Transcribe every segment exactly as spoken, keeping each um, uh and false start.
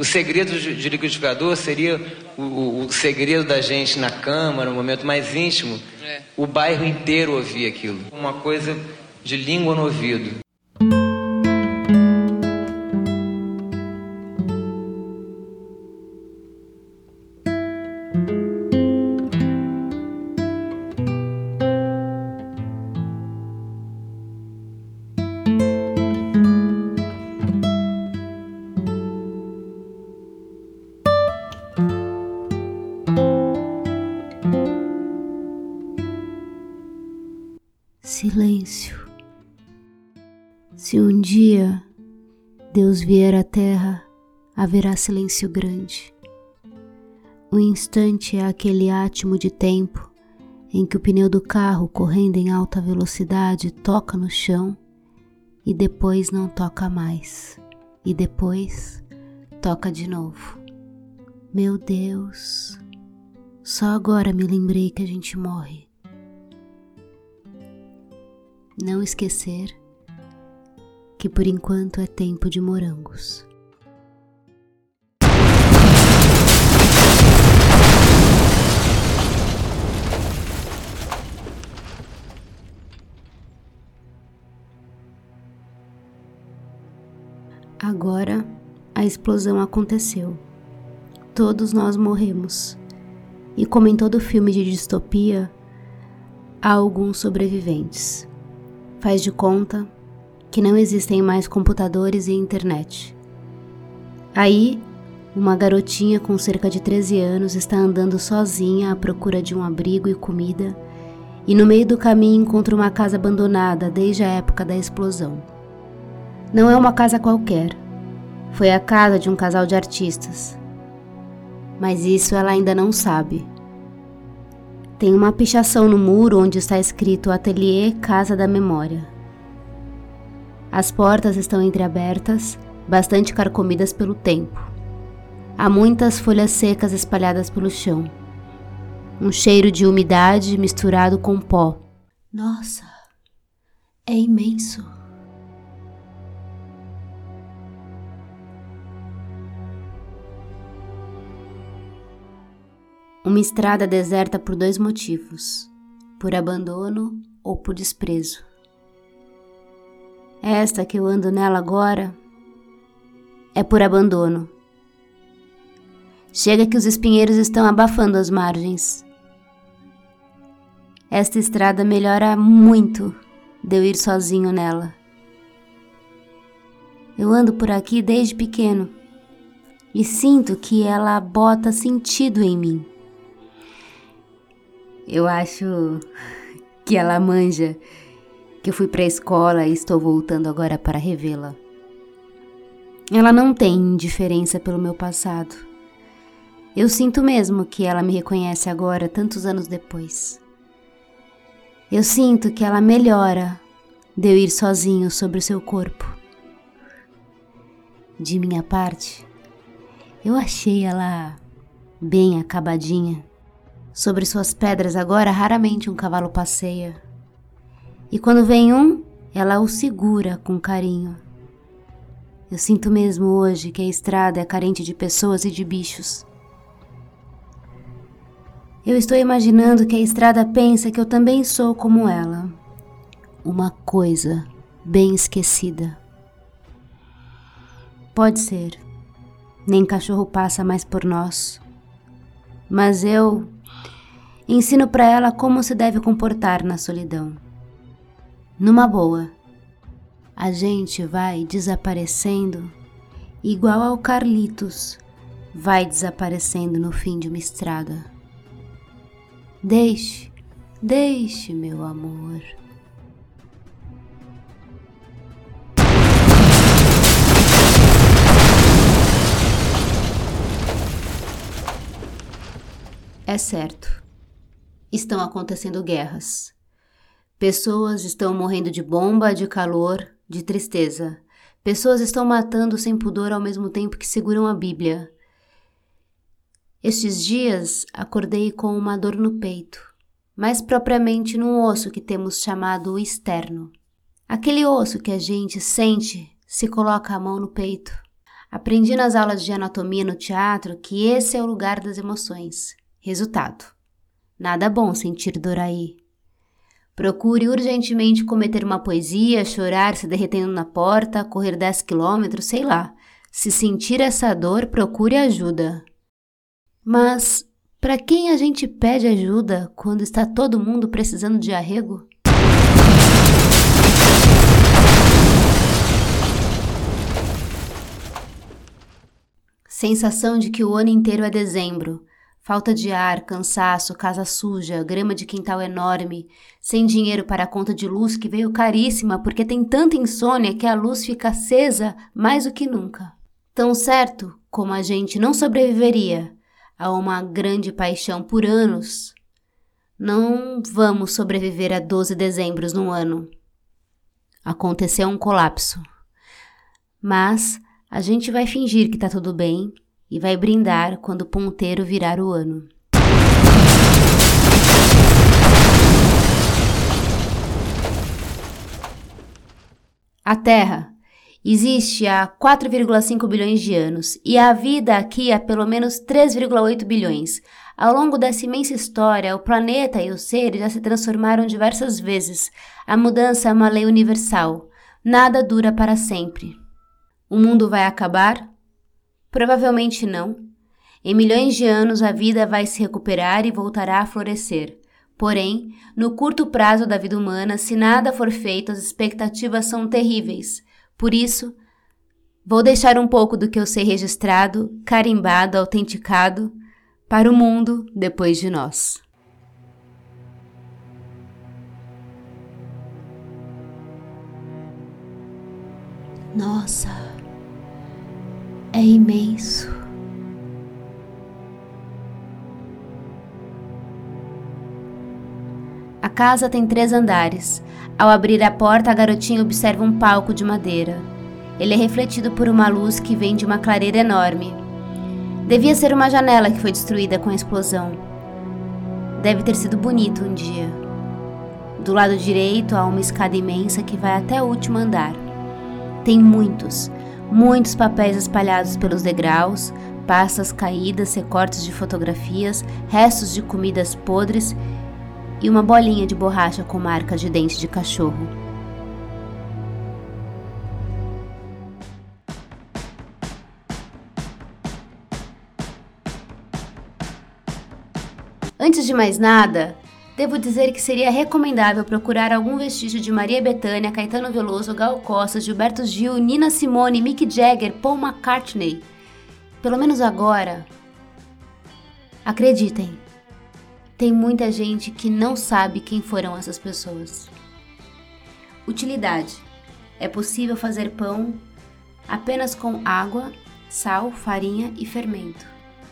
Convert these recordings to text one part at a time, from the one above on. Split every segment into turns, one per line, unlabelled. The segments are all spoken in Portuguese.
O segredo de liquidificador seria o, o, o segredo da gente na cama, no momento mais íntimo. É. O bairro inteiro ouvia aquilo. Uma coisa de língua no ouvido.
Silêncio. Se um dia Deus vier à terra, haverá silêncio grande. Um instante é aquele átimo de tempo em que o pneu do carro, correndo em alta velocidade, toca no chão e depois não toca mais, e depois toca de novo. Meu Deus, só agora me lembrei que a gente morre. Não esquecer que por enquanto é tempo de morangos. Agora a explosão aconteceu. Todos nós morremos. E como em todo filme de distopia, há alguns sobreviventes. Faz de conta que não existem mais computadores e internet. Aí, uma garotinha com cerca de treze anos está andando sozinha à procura de um abrigo e comida e no meio do caminho encontra uma casa abandonada desde a época da explosão. Não é uma casa qualquer, foi a casa de um casal de artistas. Mas isso ela ainda não sabe. Tem uma pichação no muro onde está escrito Ateliê Casa da Memória. As portas estão entreabertas, bastante carcomidas pelo tempo. Há muitas folhas secas espalhadas pelo chão. Um cheiro de umidade misturado com pó. Nossa, é imenso. Uma estrada deserta por dois motivos, por abandono ou por desprezo. Esta que eu ando nela agora é por abandono. Chega que os espinheiros estão abafando as margens. Esta estrada melhora muito de eu ir sozinho nela. Eu ando por aqui desde pequeno e sinto que ela bota sentido em mim. Eu acho que ela manja que eu fui para a escola e estou voltando agora para revê-la. Ela não tem indiferença pelo meu passado. Eu sinto mesmo que ela me reconhece agora, tantos anos depois. Eu sinto que ela melhora de eu ir sozinho sobre o seu corpo. De minha parte, eu achei ela bem acabadinha. Sobre suas pedras agora raramente um cavalo passeia. E quando vem um, ela o segura com carinho. Eu sinto mesmo hoje que a estrada é carente de pessoas e de bichos. Eu estou imaginando que a estrada pensa que eu também sou como ela. Uma coisa bem esquecida. Pode ser. Nem cachorro passa mais por nós. Mas eu ensino para ela como se deve comportar na solidão. Numa boa, a gente vai desaparecendo igual ao Carlitos vai desaparecendo no fim de uma estrada. Deixe, deixe, meu amor. É certo. Estão acontecendo guerras. Pessoas estão morrendo de bomba, de calor, de tristeza. Pessoas estão matando sem pudor ao mesmo tempo que seguram a Bíblia. Estes dias acordei com uma dor no peito, mais propriamente num osso que temos chamado externo. Aquele osso que a gente sente se coloca a mão no peito. Aprendi nas aulas de anatomia no teatro que esse é o lugar das emoções. Resultado: nada bom sentir dor aí. Procure urgentemente cometer uma poesia, chorar se derretendo na porta, correr dez quilômetros, sei lá. Se sentir essa dor, procure ajuda. Mas para quem a gente pede ajuda quando está todo mundo precisando de arrego? Sensação de que o ano inteiro é dezembro. Falta de ar, cansaço, casa suja, grama de quintal enorme, sem dinheiro para a conta de luz que veio caríssima porque tem tanta insônia que a luz fica acesa mais do que nunca. Tão certo como a gente não sobreviveria a uma grande paixão por anos, não vamos sobreviver a doze dezembros no ano. Aconteceu um colapso. Mas a gente vai fingir que tá tudo bem e vai brindar quando o ponteiro virar o ano. A Terra existe há quatro vírgula cinco bilhões de anos e a vida aqui há pelo menos três vírgula oito bilhões. Ao longo dessa imensa história, o planeta e os seres já se transformaram diversas vezes. A mudança é uma lei universal. Nada dura para sempre. O mundo vai acabar? Provavelmente não. Em milhões de anos a vida vai se recuperar e voltará a florescer. Porém, no curto prazo da vida humana, se nada for feito, as expectativas são terríveis. Por isso, vou deixar um pouco do que eu sei registrado, carimbado, autenticado, para o mundo depois de nós. Nossa, é imenso. A casa tem três andares. Ao abrir a porta, a garotinha observa um palco de madeira. Ele é refletido por uma luz que vem de uma clareira enorme. Devia ser uma janela que foi destruída com a explosão. Deve ter sido bonito um dia. Do lado direito há uma escada imensa que vai até o último andar. Tem muitos, muitos papéis espalhados pelos degraus, pastas caídas, recortes de fotografias, restos de comidas podres e uma bolinha de borracha com marca de dente de cachorro. Antes de mais nada, devo dizer que seria recomendável procurar algum vestígio de Maria Bethânia, Caetano Veloso, Gal Costa, Gilberto Gil, Nina Simone, Mick Jagger, Paul McCartney. Pelo menos agora. Acreditem, tem muita gente que não sabe quem foram essas pessoas. Utilidade. É possível fazer pão apenas com água, sal, farinha e fermento.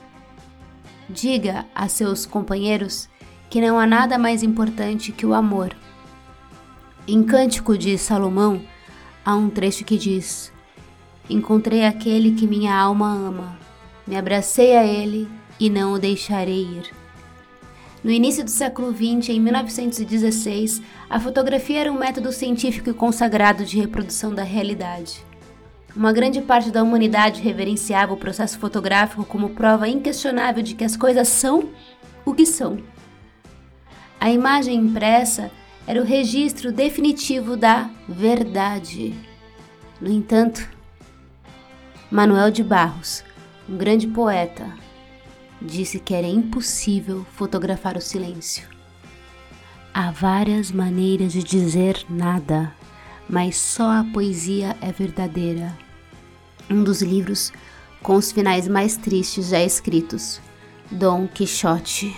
Diga a seus companheiros que não há nada mais importante que o amor. Em Cântico de Salomão, há um trecho que diz: encontrei aquele que minha alma ama, me abracei a ele e não o deixarei ir. No início do século vinte, em mil novecentos e dezesseis, a fotografia era um método científico e consagrado de reprodução da realidade. Uma grande parte da humanidade reverenciava o processo fotográfico como prova inquestionável de que as coisas são o que são. A imagem impressa era o registro definitivo da verdade. No entanto, Manuel de Barros, um grande poeta, disse que era impossível fotografar o silêncio. Há várias maneiras de dizer nada, mas só a poesia é verdadeira. Um dos livros com os finais mais tristes já escritos, Dom Quixote.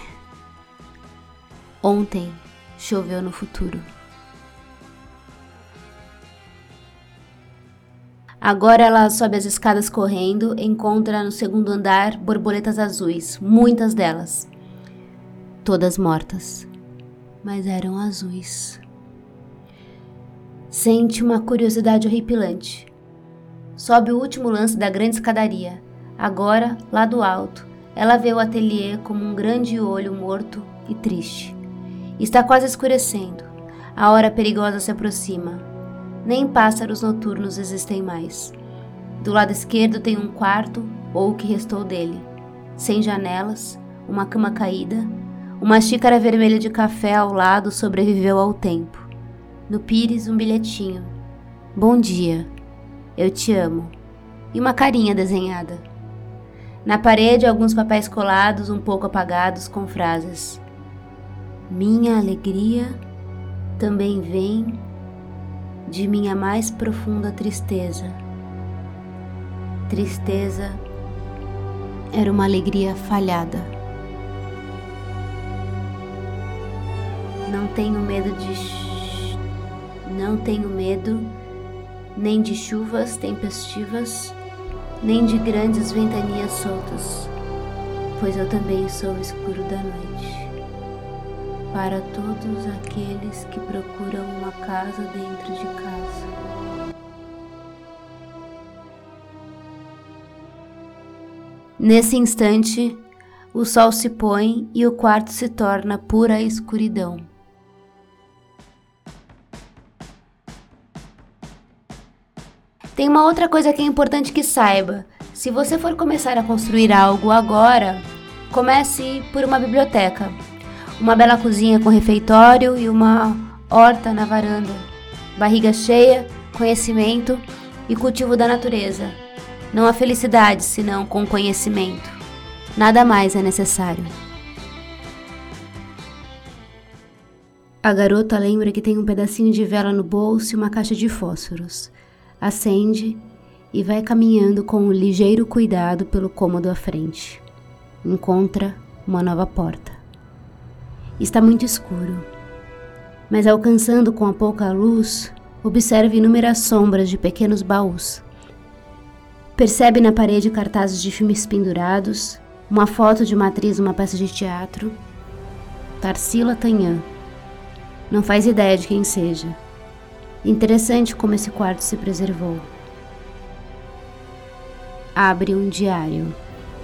Ontem choveu no futuro. Agora ela sobe as escadas correndo, encontra no segundo andar borboletas azuis, muitas delas. Todas mortas, mas eram azuis. Sente uma curiosidade horripilante. Sobe o último lance da grande escadaria. Agora, lá do alto, ela vê o ateliê como um grande olho morto e triste. Está quase escurecendo. A hora perigosa se aproxima. Nem pássaros noturnos existem mais. Do lado esquerdo tem um quarto, ou o que restou dele, sem janelas, uma cama caída, uma xícara vermelha de café ao lado sobreviveu ao tempo. No pires, um bilhetinho. Bom dia, eu te amo. E uma carinha desenhada. Na parede, alguns papéis colados, um pouco apagados, com frases. Minha alegria também vem de minha mais profunda tristeza. Tristeza era uma alegria falhada. Não tenho medo de... Não tenho medo nem de chuvas tempestivas, nem de grandes ventanias soltas, pois eu também sou o escuro da noite. Para todos aqueles que procuram uma casa dentro de casa. Nesse instante, o sol se põe e o quarto se torna pura escuridão. Tem uma outra coisa que é importante que saiba. Se você for começar a construir algo agora, comece por uma biblioteca. Uma bela cozinha com refeitório e uma horta na varanda. Barriga cheia, conhecimento e cultivo da natureza. Não há felicidade senão com conhecimento. Nada mais é necessário. A garota lembra que tem um pedacinho de vela no bolso e uma caixa de fósforos. Acende e vai caminhando com um ligeiro cuidado pelo cômodo à frente. Encontra uma nova porta. Está muito escuro, mas alcançando com a pouca luz, observa inúmeras sombras de pequenos baús. Percebe na parede cartazes de filmes pendurados, uma foto de uma atriz numa peça de teatro. Tarsila Tanhan. Não faz ideia de quem seja. Interessante como esse quarto se preservou. Abre um diário.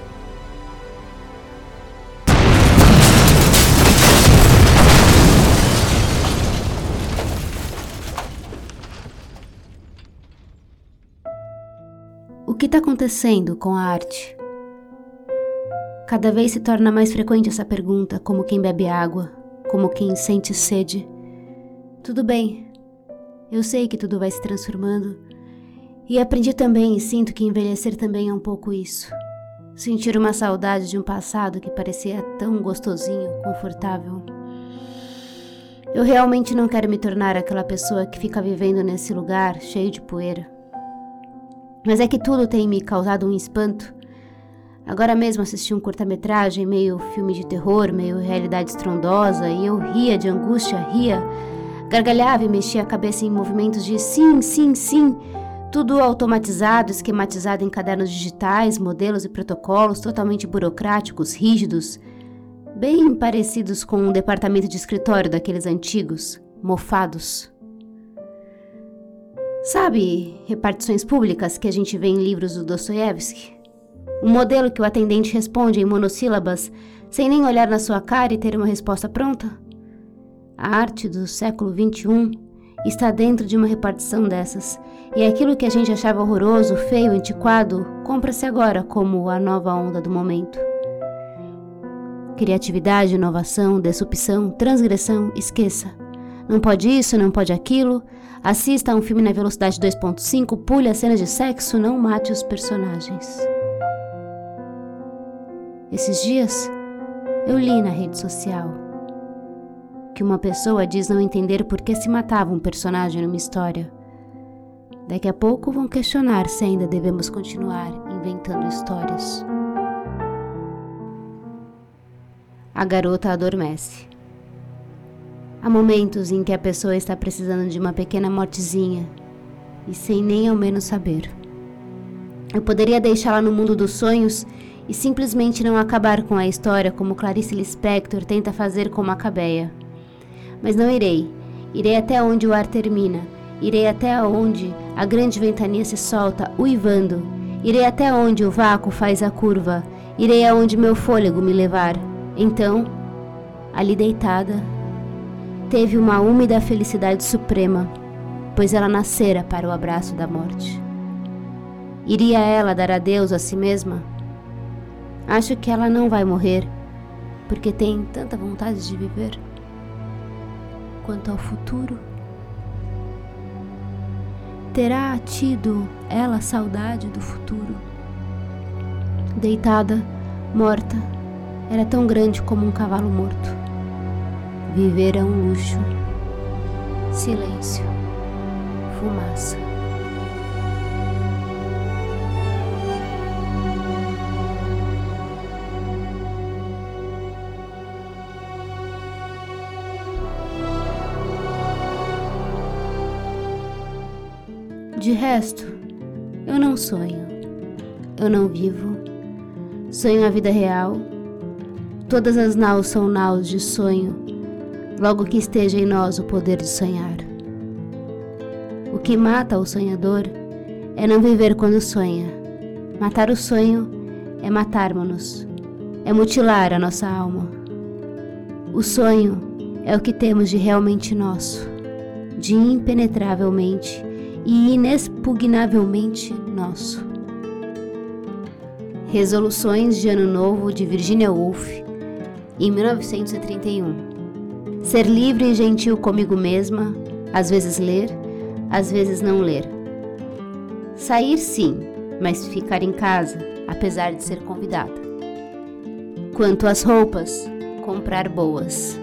O que está acontecendo com a arte? Cada vez se torna mais frequente essa pergunta, como quem bebe água, como quem sente sede. Tudo bem. Eu sei que tudo vai se transformando e aprendi também e sinto que envelhecer também é um pouco isso. Sentir uma saudade de um passado que parecia tão gostosinho, confortável. Eu realmente não quero me tornar aquela pessoa que fica vivendo nesse lugar cheio de poeira. Mas é que tudo tem me causado um espanto. Agora mesmo assisti um curta-metragem, meio filme de terror, meio realidade estrondosa, e eu ria de angústia, ria... Gargalhava e mexia a cabeça em movimentos de sim, sim, sim. Tudo automatizado, esquematizado em cadernos digitais, modelos e protocolos totalmente burocráticos, rígidos. Bem parecidos com um departamento de escritório daqueles antigos, mofados. Sabe, repartições públicas que a gente vê em livros do Dostoiévski? Um modelo que o atendente responde em monossílabas, sem nem olhar na sua cara e ter uma resposta pronta? A arte do século vinte e um está dentro de uma repartição dessas, e aquilo que a gente achava horroroso, feio, antiquado, compra-se agora como a nova onda do momento. Criatividade, inovação, disrupção, transgressão, esqueça. Não pode isso, não pode aquilo. Assista a um filme na velocidade dois ponto cinco, pule as cenas de sexo, não mate os personagens. Esses dias, eu li na rede social que uma pessoa diz não entender por que se matava um personagem numa história. Daqui a pouco vão questionar se ainda devemos continuar inventando histórias. A garota adormece. Há momentos em que a pessoa está precisando de uma pequena mortezinha e sem nem ao menos saber. Eu poderia deixá-la no mundo dos sonhos e simplesmente não acabar com a história como Clarice Lispector tenta fazer com Macabeia. Mas não irei. Irei até onde o ar termina. Irei até onde a grande ventania se solta, uivando. Irei até onde o vácuo faz a curva. Irei aonde meu fôlego me levar. Então, ali deitada, teve uma úmida felicidade suprema, pois ela nascera para o abraço da morte. Iria ela dar adeus a si mesma? Acho que ela não vai morrer, porque tem tanta vontade de viver. Quanto ao futuro, terá tido ela saudade do futuro? Deitada, morta, era tão grande como um cavalo morto. Viver é um luxo. Silêncio. Fumaça. De resto, eu não sonho, eu não vivo, sonho a vida real. Todas as naus são naus de sonho, logo que esteja em nós o poder de sonhar. O que mata o sonhador é não viver quando sonha. Matar o sonho é matarmos-nos, é mutilar a nossa alma. O sonho é o que temos de realmente nosso, de impenetravelmente e inexpugnavelmente nosso. Resoluções de Ano Novo de Virginia Woolf, em mil novecentos e trinta e um. Ser livre e gentil comigo mesma, às vezes ler, às vezes não ler. Sair sim, mas ficar em casa, apesar de ser convidada. Quanto às roupas, comprar boas.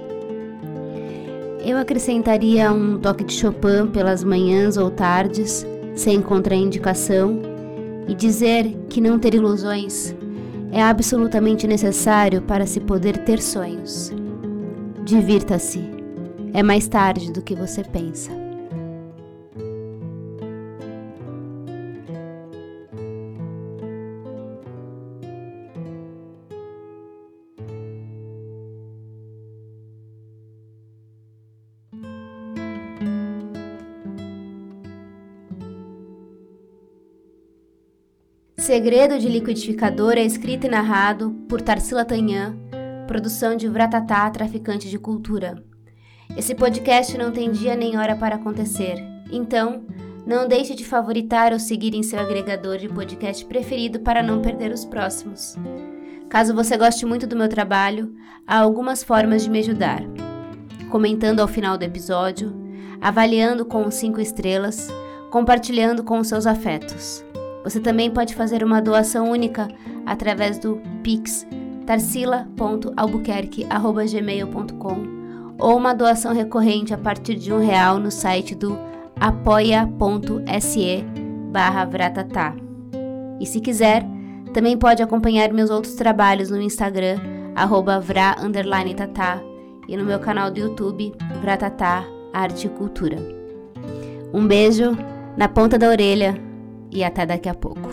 Eu acrescentaria um toque de Chopin pelas manhãs ou tardes, sem contraindicação, e dizer que não ter ilusões é absolutamente necessário para se poder ter sonhos. Divirta-se. É mais tarde do que você pensa. Segredo de Liquidificador é escrito e narrado por Tarsila Tanhan, produção de Vratatá, traficante de cultura. Esse podcast não tem dia nem hora para acontecer, então não deixe de favoritar ou seguir em seu agregador de podcast preferido para não perder os próximos. Caso você goste muito do meu trabalho, há algumas formas de me ajudar. Comentando ao final do episódio, avaliando com cinco estrelas, compartilhando com os seus afetos. Você também pode fazer uma doação única através do Pix tarsila ponto albuquerque arroba gmail ponto com ou uma doação recorrente a partir de um real no site do apoia.se barra vratatá. E se quiser, também pode acompanhar meus outros trabalhos no Instagram, arroba vra underline tatá, e no meu canal do YouTube, Vratatá, Arte e Cultura. Um beijo na ponta da orelha e até daqui a pouco.